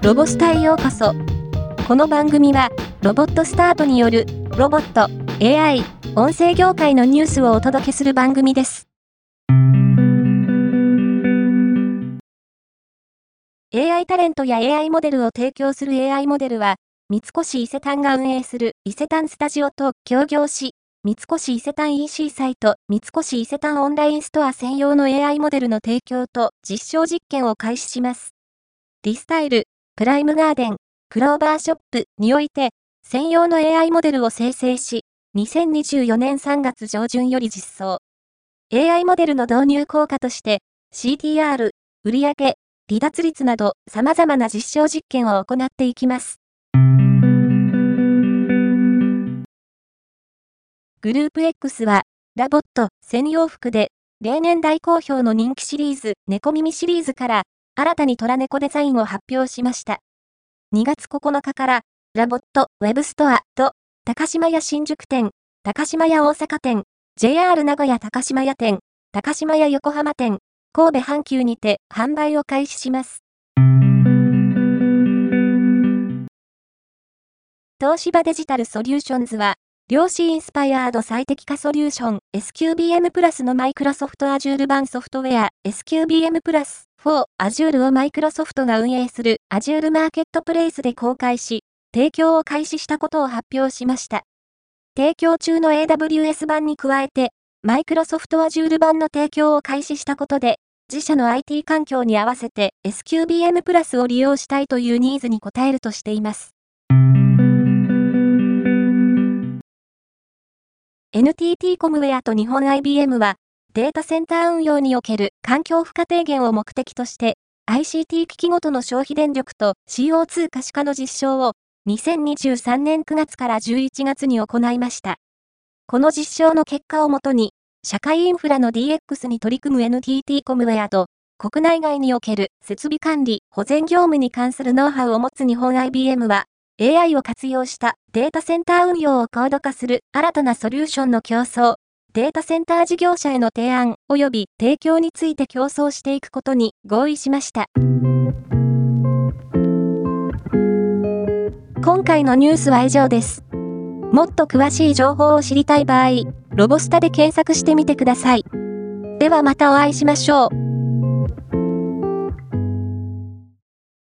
ロボスタへようこそ。この番組は、ロボットスタートによる、ロボット、AI、音声業界のニュースをお届けする番組です。AI タレントや AI モデルを提供する AI モデルは、三越伊勢丹が運営する伊勢丹スタジオと協業し、三越伊勢丹 EC サイト、三越伊勢丹オンラインストア専用の AI モデルの提供と実証実験を開始します。リスタイル、プライムガーデン、クローバーショップにおいて、専用の AI モデルを生成し、2024年3月上旬より実装。AI モデルの導入効果として、CTR、売上、離脱率など様々な実証実験を行っていきます。グループ X は、ラボット専用服で、例年大好評の人気シリーズ、猫耳シリーズから、新たに虎猫デザインを発表しました。2月9日から、ラボットウェブストアと、高島屋新宿店、高島屋大阪店、JR 名古屋高島屋店、高島屋横浜店、神戸阪急にて販売を開始します。東芝デジタルソリューションズは、量子インスパイアード最適化ソリューション SQBM プラスのマイクロソフト Azure 版ソフトウェア SQBM プラス4 Azure をマイクロソフトが運営する Azure マーケットプレイスで公開し、提供を開始したことを発表しました。提供中の AWS 版に加えて、マイクロソフト Azure 版の提供を開始したことで、自社の IT 環境に合わせて SQBM プラスを利用したいというニーズに応えるとしています。NTT コムウェアと日本 IBM は、データセンター運用における環境負荷低減を目的として、ICT 機器ごとの消費電力と CO2 可視化の実証を、2023年9月から11月に行いました。この実証の結果をもとに、社会インフラの DX に取り組む NTT コムウェアと、国内外における設備管理、保全業務に関するノウハウを持つ日本 IBM は、AI を活用したデータセンター運用を高度化する新たなソリューションの競争、データセンター事業者への提案及び提供について競争していくことに合意しました。今回のニュースは以上です。もっと詳しい情報を知りたい場合、ロボスタで検索してみてください。ではまたお会いしましょう。